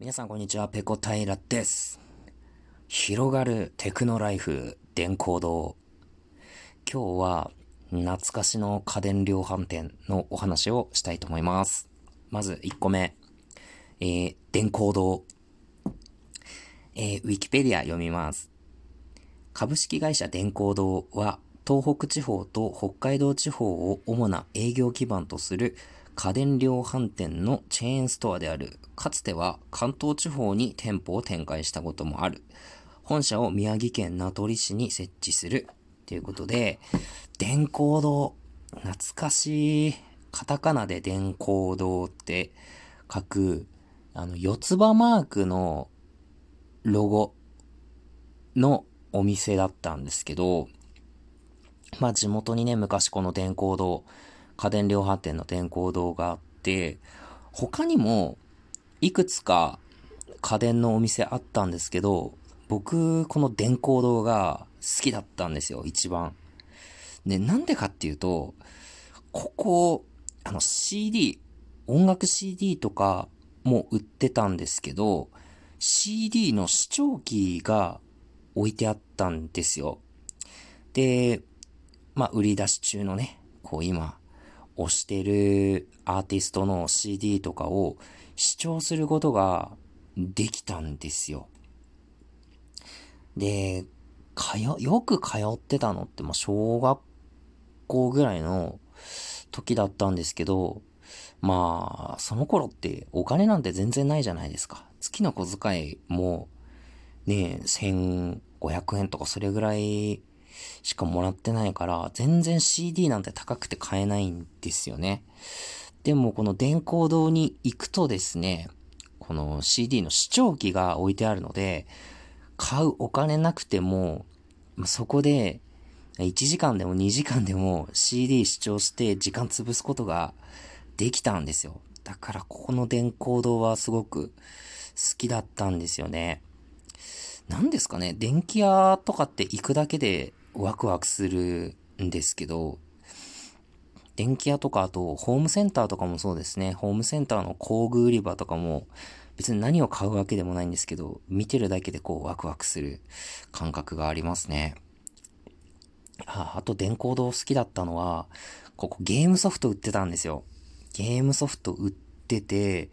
皆さんこんにちは、ペコ平です。広がるテクノライフ電工堂。今日は懐かしの家電量販店のお話をしたいと思います。まず1個目、電工堂。ウィキペディア読みます。株式会社電工堂は東北地方と北海道地方を主な営業基盤とする家電量販店のチェーンストアである。かつては関東地方に店舗を展開したこともある。本社を宮城県名取市に設置する。ということで、電工堂。懐かしい。カタカナで電工堂って書く、四つ葉マークのロゴのお店だったんですけど、地元にね、昔この電工堂、家電量販店の電工堂があって、他にもいくつか家電のお店あったんですけど、僕、この電工堂が好きだったんですよ、一番。で、なんでかっていうと、ここ、CD、音楽 CD とかも売ってたんですけど、CD の視聴器が置いてあったんですよ。で、売り出し中のね、今、推してるアーティストの CD とかを視聴することができたんですよ。で、よく通ってたのって、小学校ぐらいの時だったんですけど、その頃ってお金なんて全然ないじゃないですか。月の小遣いもね、1500円とかそれぐらいしかもらってないから、全然 CD なんて高くて買えないんですよね。でもこの電工堂に行くとですね、この CD の視聴器が置いてあるので、買うお金なくても、そこで1時間でも2時間でも CD 視聴して時間潰すことができたんですよ。だからここの電工堂はすごく好きだったんですよね。なんですかね、電気屋とかって行くだけでワクワクするんですけど、電気屋とかあとホームセンターとかもそうですね。ホームセンターの工具売り場とかも別に何を買うわけでもないんですけど、見てるだけでワクワクする感覚がありますね。あと電工堂好きだったのは、ここゲームソフト売ってたんですよ。ゲームソフト売ってて、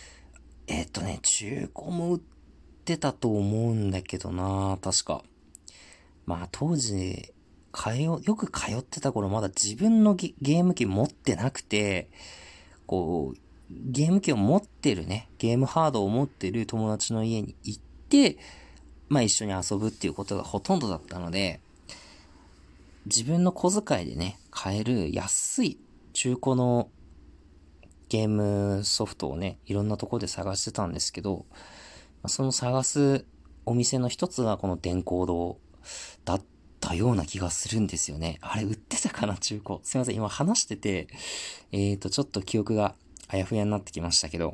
中古も売ってたと思うんだけどな、確か。当時、よく通ってた頃まだ自分のゲーム機持ってなくて、ゲーム機を持ってるね、ゲームハードを持ってる友達の家に行って、一緒に遊ぶっていうことがほとんどだったので、自分の小遣いでね、買える安い中古のゲームソフトをね、いろんなところで探してたんですけど、その探すお店の一つがこの電工堂だったような気がするんですよね。あれ売ってたかな、中古。すいません、今話してて、ちょっと記憶があやふやになってきましたけど、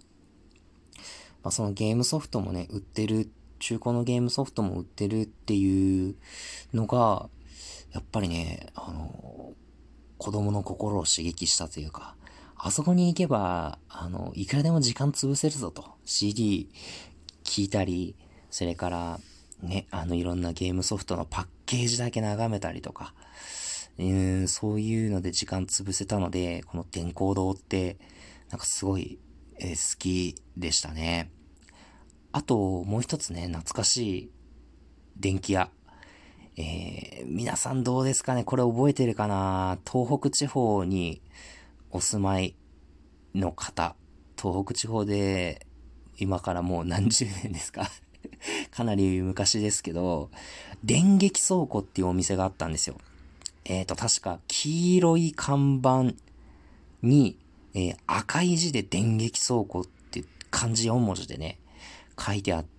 そのゲームソフトもね、売ってる、中古のゲームソフトも売ってるっていうのが、やっぱりね、子供の心を刺激したというか、あそこに行けば、いくらでも時間潰せるぞと。CD 聞いたり、それから、ね、いろんなゲームソフトのパッケージだけ眺めたりとか、そういうので時間潰せたので、この電工堂って、なんかすごい、好きでしたね。あと、もう一つね、懐かしい電気屋。皆さんどうですかね、これ覚えてるかな、東北地方にお住まいの方。東北地方で、今からもう何十年ですかかなり昔ですけど、電撃倉庫っていうお店があったんですよ。確か黄色い看板に、赤い字で電撃倉庫って漢字4文字でね、書いてあった、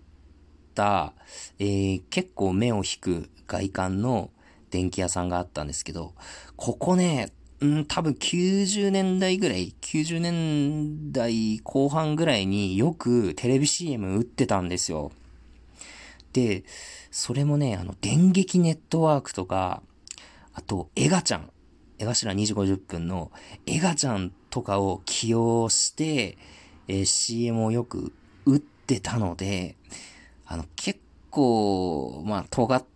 結構目を引く外観の電気屋さんがあったんですけど、ここね、多分90年代ぐらい、90年代後半ぐらいによくテレビ CM 打ってたんですよ。で、それもね、電撃ネットワークとか、あと、エガちゃん。江頭2時50分のエガちゃんとかを起用して、CM をよく打っってたので、結構、まあ、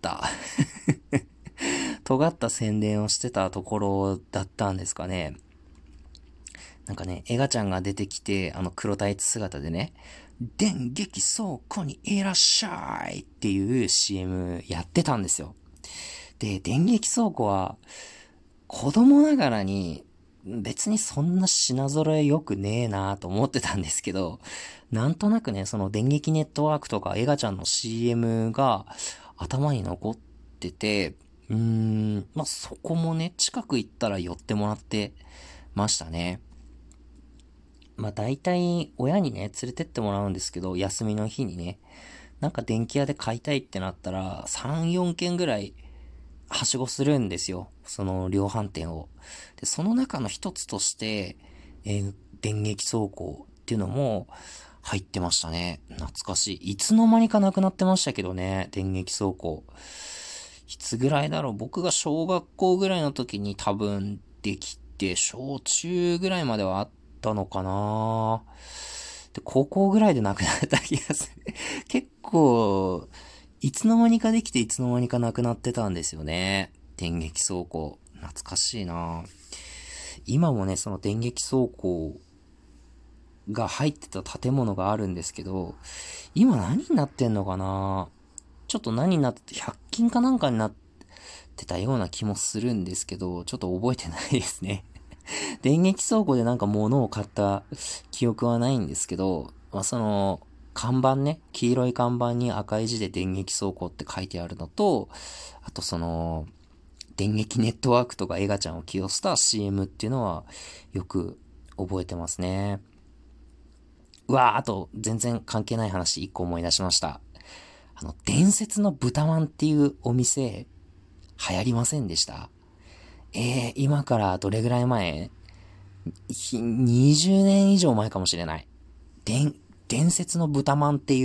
尖った宣伝をしてたところだったんですかね。なんかね、エガちゃんが出てきて、黒タイツ姿でね、電撃倉庫にいらっしゃいっていう CM やってたんですよ。で、電撃倉庫は、子供ながらに、別にそんな品揃え良くねえなと思ってたんですけど、なんとなくね、その電撃ネットワークとかエガちゃんの CM が頭に残ってて、まあ、そこもね、近く行ったら寄ってもらってましたね。まあ、大体親にね、連れてってもらうんですけど、休みの日にね、なんか電気屋で買いたいってなったら、3、4軒ぐらいはしごするんですよ。その量販店を。で、その中の一つとして、電撃走行っていうのも入ってましたね。懐かしい。いつの間にかなくなってましたけどね、電撃走行。いつぐらいだろう。僕が小学校ぐらいの時に多分できて、小中ぐらいまではあったのかな。で、高校ぐらいでなくなった気がする。結構、いつの間にかできていつの間にかなくなってたんですよね。電撃走行。懐かしいな。今もね、その電撃走行が入ってた建物があるんですけど、今何になってんのかな。ちょっと何になってて、100均かなんかになってたような気もするんですけど、ちょっと覚えてないですね。電撃倉庫でなんか物を買った記憶はないんですけど、まあ、その、看板ね、黄色い看板に赤い字で電撃倉庫って書いてあるのと、あとその、電撃ネットワークとかエガちゃんを起用した CM っていうのはよく覚えてますね。うわー、あと全然関係ない話一個思い出しました。伝説の豚まんっていうお店流行りませんでした？今からどれぐらい前？20年以上前かもしれない。伝説の豚まんっていう、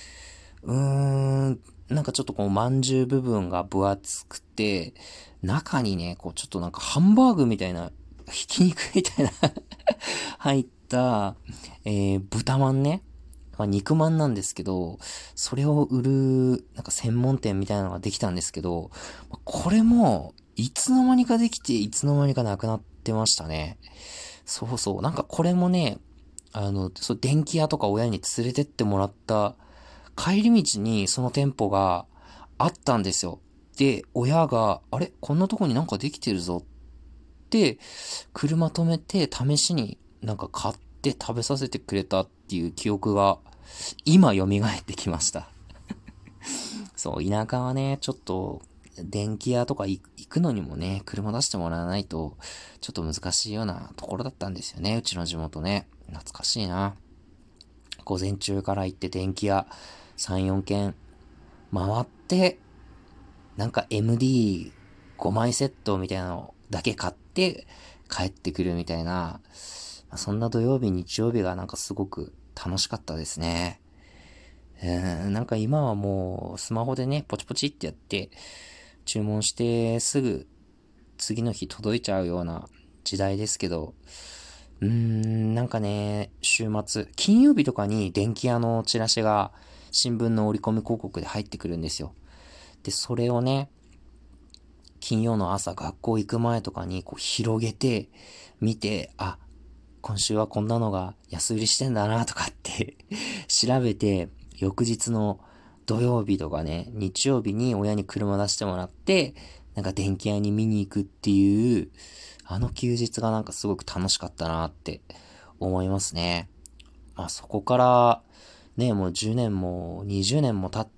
なんかちょっとこう、まんじゅう部分が分厚くて、中にね、こう、ちょっとなんかハンバーグみたいな、ひき肉みたいな入った、豚まんね。まあ、肉まんなんですけど、それを売る、なんか専門店みたいなのができたんですけど、これも、いつの間にかできて、いつの間にかなくなってましたね。そうそう。なんかこれもね、電気屋とか親に連れてってもらった帰り道にその店舗があったんですよ。で、親が、あれこんなとこになんかできてるぞって、車止めて試しになんか買って食べさせてくれたっていう記憶が今蘇ってきました。そう、田舎はね、ちょっと電気屋とか行くのにもね、車出してもらわないと、ちょっと難しいようなところだったんですよね、うちの地元ね。懐かしいな。午前中から行って電気屋3、4軒回って、なんか MD5 枚セットみたいなのだけ買って帰ってくるみたいな、そんな土曜日、日曜日がなんかすごく楽しかったですね。なんか今はもうスマホでね、ポチポチってやって、注文してすぐ次の日届いちゃうような時代ですけど、なんかね、週末、金曜日とかに電気屋のチラシが新聞の折り込み広告で入ってくるんですよ。で、それをね、金曜の朝学校行く前とかにこう広げて、見て、あ、今週はこんなのが安売りしてんだなとかって調べて、翌日の土曜日とかね、日曜日に親に車出してもらって、なんか電気屋に見に行くっていう、あの休日がなんかすごく楽しかったなって思いますね。まあそこから、ね、もう10年も20年も経って、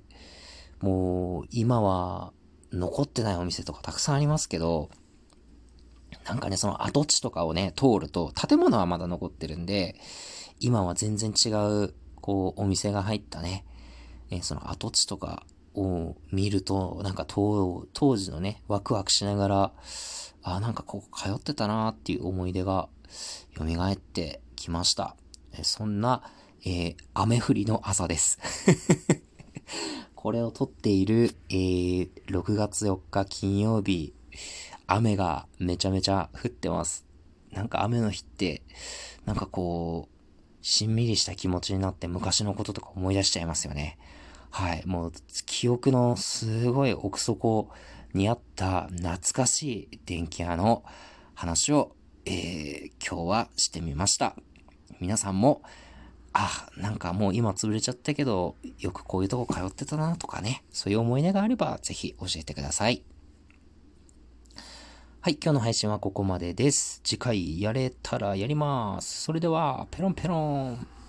もう今は残ってないお店とかたくさんありますけど、なんかね、その跡地とかをね、通ると、建物はまだ残ってるんで、今は全然違う、こう、お店が入ったね、その跡地とかを見ると、なんか当時のね、ワクワクしながら、なんかここ通ってたなーっていう思い出が蘇ってきました。そんな、雨降りの朝です。これを撮っている、6月4日金曜日、雨がめちゃめちゃ降ってます。なんか雨の日って、なんかこう、 しんみりした気持ちになって昔のこととか思い出しちゃいますよね。はい。もう、記憶のすごい奥底にあった懐かしい電気屋の話を、今日はしてみました。皆さんも、なんかもう今潰れちゃったけど、よくこういうとこ通ってたなとかね、そういう思い出があれば、ぜひ教えてください。はい、今日の配信はここまでです。次回やれたらやります。それでは、ペロンペロン。